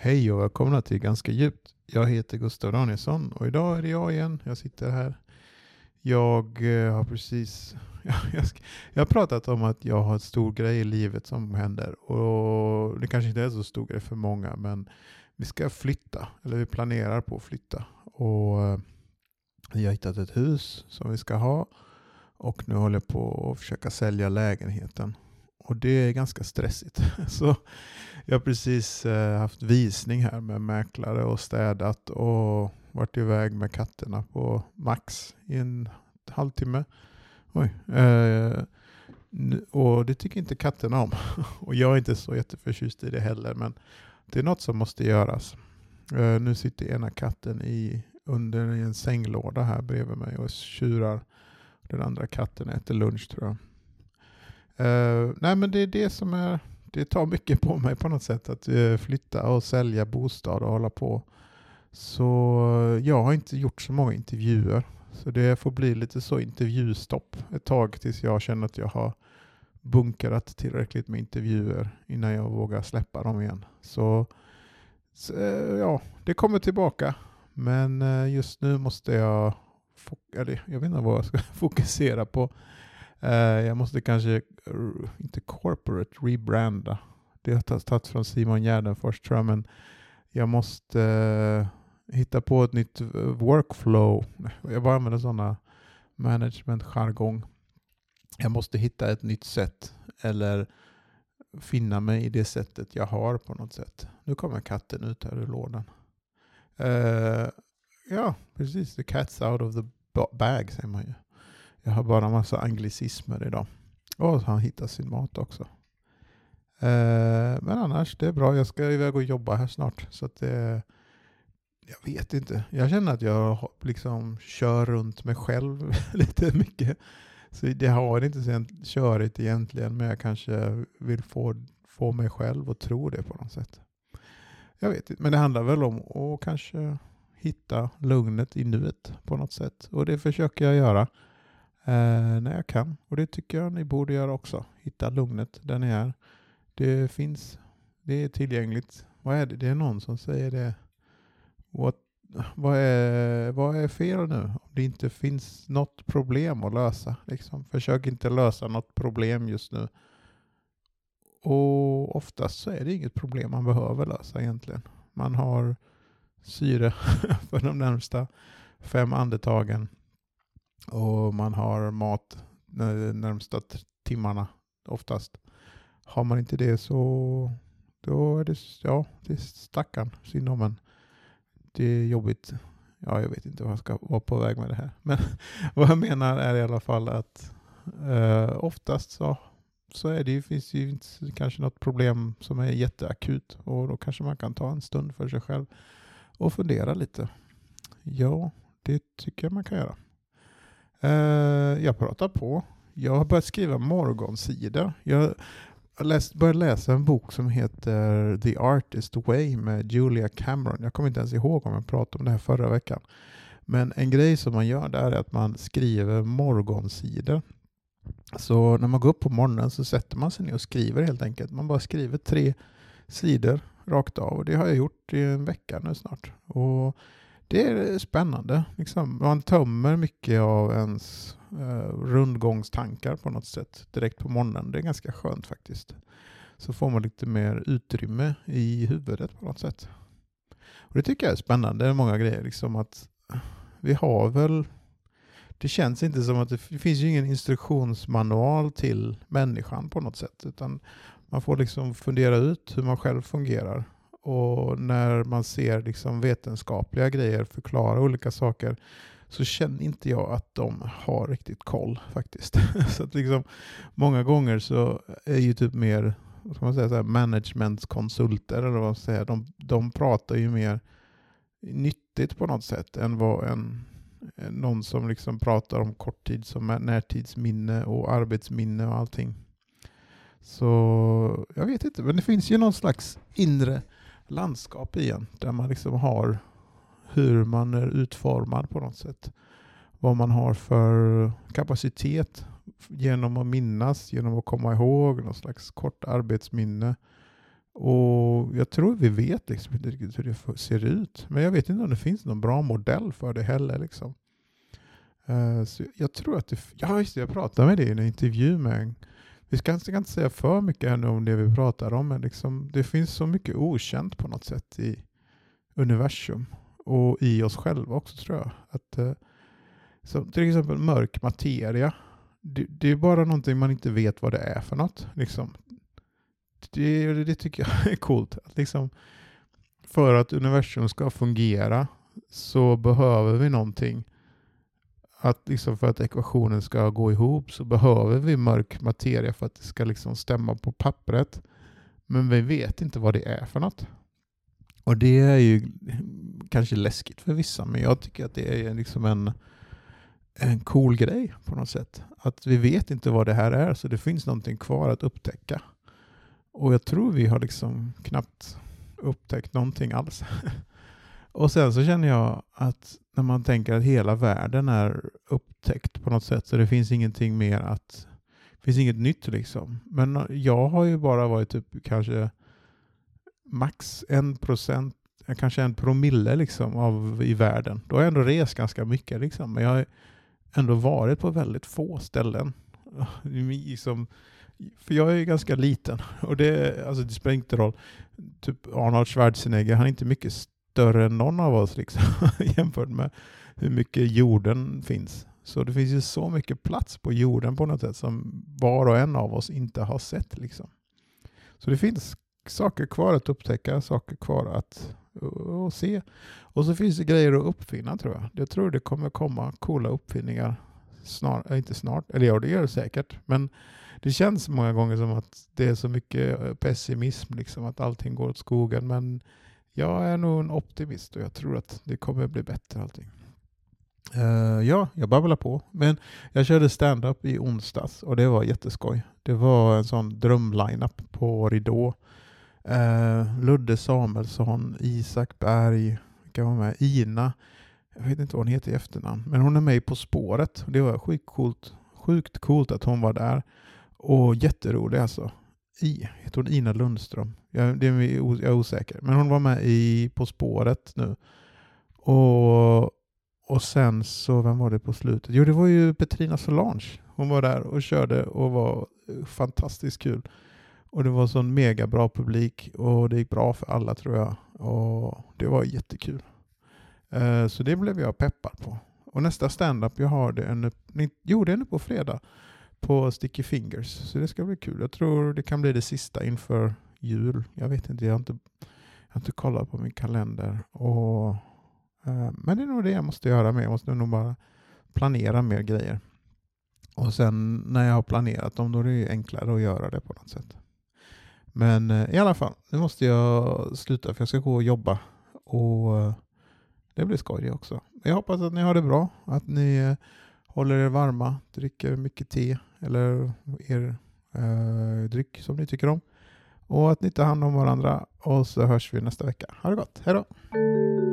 Hej och välkomna till Ganska djupt. Jag heter Gustav Danielsson och idag är det jag igen. Jag sitter här. Jag har precis... jag har pratat om att jag har en stor grej i livet som händer. Och det kanske inte är så stor grej för många, men vi ska flytta. Eller vi planerar på att flytta. Och vi har hittat ett hus som vi ska ha. Och nu håller jag på att försöka sälja lägenheten. Och det är ganska stressigt. Så jag har precis haft visning här med mäklare och städat och varit iväg med katterna på max i en halvtimme. Och det tycker inte katterna om. Och jag är inte så jätteförtjust i det heller, men det är något som måste göras. Nu sitter ena katten under en sänglåda här bredvid mig och tjurar. Den andra katten äter lunch, tror jag. Nej, men det är det som är... Det tar mycket på mig på något sätt att flytta och sälja bostad och hålla på. Så jag har inte gjort så många intervjuer. Så det får bli lite så intervjustopp ett tag tills jag känner att jag har bunkerat tillräckligt med intervjuer innan jag vågar släppa dem igen. Så ja, det kommer tillbaka. Men just nu måste jag... jag vet inte vad jag ska fokusera på. Jag måste kanske inte corporate rebranda. Det har tagit från Simon Gärdenfors, tror jag, men jag måste hitta på ett nytt workflow. Jag bara använder sådana management-jargong. Jag måste hitta ett nytt sätt eller finna mig i det sättet jag har på något sätt. Nu kommer katten ut här ur lådan. Ja, precis. The cat's out of the bag, säger man ju. Jag har bara en massa anglicismer idag. Och han hittar sin mat också. Men annars, det är bra. Jag ska iväg och jobba här snart. Så att jag vet inte. Jag känner att jag liksom kör runt mig själv lite mycket. Så det har inte så körigt egentligen. Men jag kanske vill få mig själv att tro det på något sätt. Jag vet inte. Men det handlar väl om att kanske hitta lugnet i nuet på något sätt. Och det försöker jag göra. När jag kan. Och det tycker jag ni borde göra också. Hitta lugnet där ni är. Det finns. Det är tillgängligt. Vad är det? Det är någon som säger det. Vad är fel nu? Om det inte finns något problem att lösa. Liksom. Försök inte lösa något problem just nu. Och oftast så är det inget problem man behöver lösa egentligen. Man har syre för de närmsta 5 andetagen. Och man har mat de närmsta timmarna oftast. Har man inte det så då är det är stackarn synd om en. Det är jobbigt. Ja, jag vet inte vad jag ska vara på väg med det här. Men vad jag menar är i alla fall att oftast så är det, finns ju inte kanske något problem som är jätteakut. Och då kanske man kan ta en stund för sig själv och fundera lite. Ja, det tycker jag man kan göra. Jag pratar på. Jag har börjat skriva morgonsidor. Jag började läsa en bok som heter The Artist Way med Julia Cameron. Jag kommer inte ens ihåg om jag pratade om det här förra veckan. Men en grej som man gör där är att man skriver morgonsidor. Så när man går upp på morgonen så sätter man sig ner och skriver helt enkelt. Man bara skriver 3 sidor rakt av. Och det har jag gjort i en vecka nu snart. Och det är spännande. Liksom, man tömmer mycket av ens rundgångstankar på något sätt direkt på morgonen. Det är ganska skönt faktiskt. Så får man lite mer utrymme i huvudet på något sätt. Och det tycker jag är spännande. Det är många grejer. Liksom att vi har väl... Det känns inte som att det finns ju ingen instruktionsmanual till människan på något sätt. Utan man får liksom fundera ut hur man själv fungerar. Och när man ser liksom vetenskapliga grejer förklara olika saker så känner inte jag att de har riktigt koll faktiskt. Så att liksom många gånger så är ju typ mer, vad ska man säga, så här managementkonsulter eller vad man säger, de pratar ju mer nyttigt på något sätt än vad någon som liksom pratar om korttids- som närtidsminne och arbetsminne och allting. Så jag vet inte, men det finns ju någon slags inre landskap igen där man liksom har hur man är utformad på något sätt. Vad man har för kapacitet genom att minnas, genom att komma ihåg någon slags kort arbetsminne Och jag tror vi vet liksom inte riktigt hur det ser ut. Men jag vet inte om det finns någon bra modell för det heller. Liksom. Så jag tror att jag pratade med det i en intervju med vi ska inte säga för mycket ännu om det vi pratar om, men liksom, det finns så mycket okänt på något sätt i universum och i oss själva också, tror jag. Att, så till exempel mörk materia, det är bara någonting man inte vet vad det är för något. Liksom. Det tycker jag är coolt. Att liksom, för att universum ska fungera så behöver vi någonting. Att liksom för att ekvationen ska gå ihop så behöver vi mörk materia för att det ska liksom stämma på pappret. Men vi vet inte vad det är för något. Och det är ju kanske läskigt för vissa, men jag tycker att det är liksom en cool grej på något sätt. Att vi vet inte vad det här är, så det finns någonting kvar att upptäcka. Och jag tror vi har liksom knappt upptäckt någonting alls. Och sen så känner jag att när man tänker att hela världen är upptäckt på något sätt, så det finns ingenting mer det finns inget nytt liksom. Men jag har ju bara varit typ kanske max 1%, kanske 1 promille liksom i världen. Då har jag ändå rest ganska mycket liksom. Men jag har ändå varit på väldigt få ställen. Liksom, för jag är ju ganska liten. Och det spelar inte roll. Typ Arnold Schwarzenegger, han är inte mycket större än någon av oss liksom, jämfört med hur mycket jorden finns. Så det finns ju så mycket plats på jorden på något sätt som var och en av oss inte har sett. Liksom. Så det finns saker kvar att upptäcka, saker kvar att se. Och så finns det grejer att uppfinna, tror jag. Jag tror det kommer komma coola uppfinningar inte snart, eller ja, det gör det säkert. Men det känns många gånger som att det är så mycket pessimism, liksom, att allting går åt skogen. Men jag är nog en optimist och jag tror att det kommer bli bättre allting. Jag babblar på. Men jag körde stand-up i onsdags och det var jätteskoj. Det var en sån drömlineup på Ridå. Ludde Samuelsson, Isak Berg, vilka var med? Ina, jag vet inte vad hon heter i efternamn, men hon är med På spåret. Det var sjukt coolt att hon var där. Och jätterolig alltså. Heter hon Ina Lundström? Jag är osäker. Men hon var med På spåret nu. Och sen så, vem var det på slutet? Jo, det var ju Petrina Solange. Hon var där och körde och var fantastiskt kul. Och det var sån mega bra publik och det gick bra för alla, tror jag. Och det var jättekul. Så det blev jag peppad på. Och nästa stand-up jag har det är nu på fredag på Sticky Fingers. Så det ska bli kul. Jag tror det kan bli det sista inför jul. Jag vet inte, jag har inte kollat på min kalender. Men det är nog det jag måste göra med. Jag måste nog bara planera mer grejer. Och sen när jag har planerat dem, då är det enklare att göra det på något sätt. Men i alla fall, nu måste jag sluta för jag ska gå och jobba. Och det blir skoj det också. Jag hoppas att ni har det bra. Att ni håller er varma, dricker mycket te eller er dryck som ni tycker om. Och att ni tar hand om varandra. Och så hörs vi nästa vecka. Ha det gott. Hej då!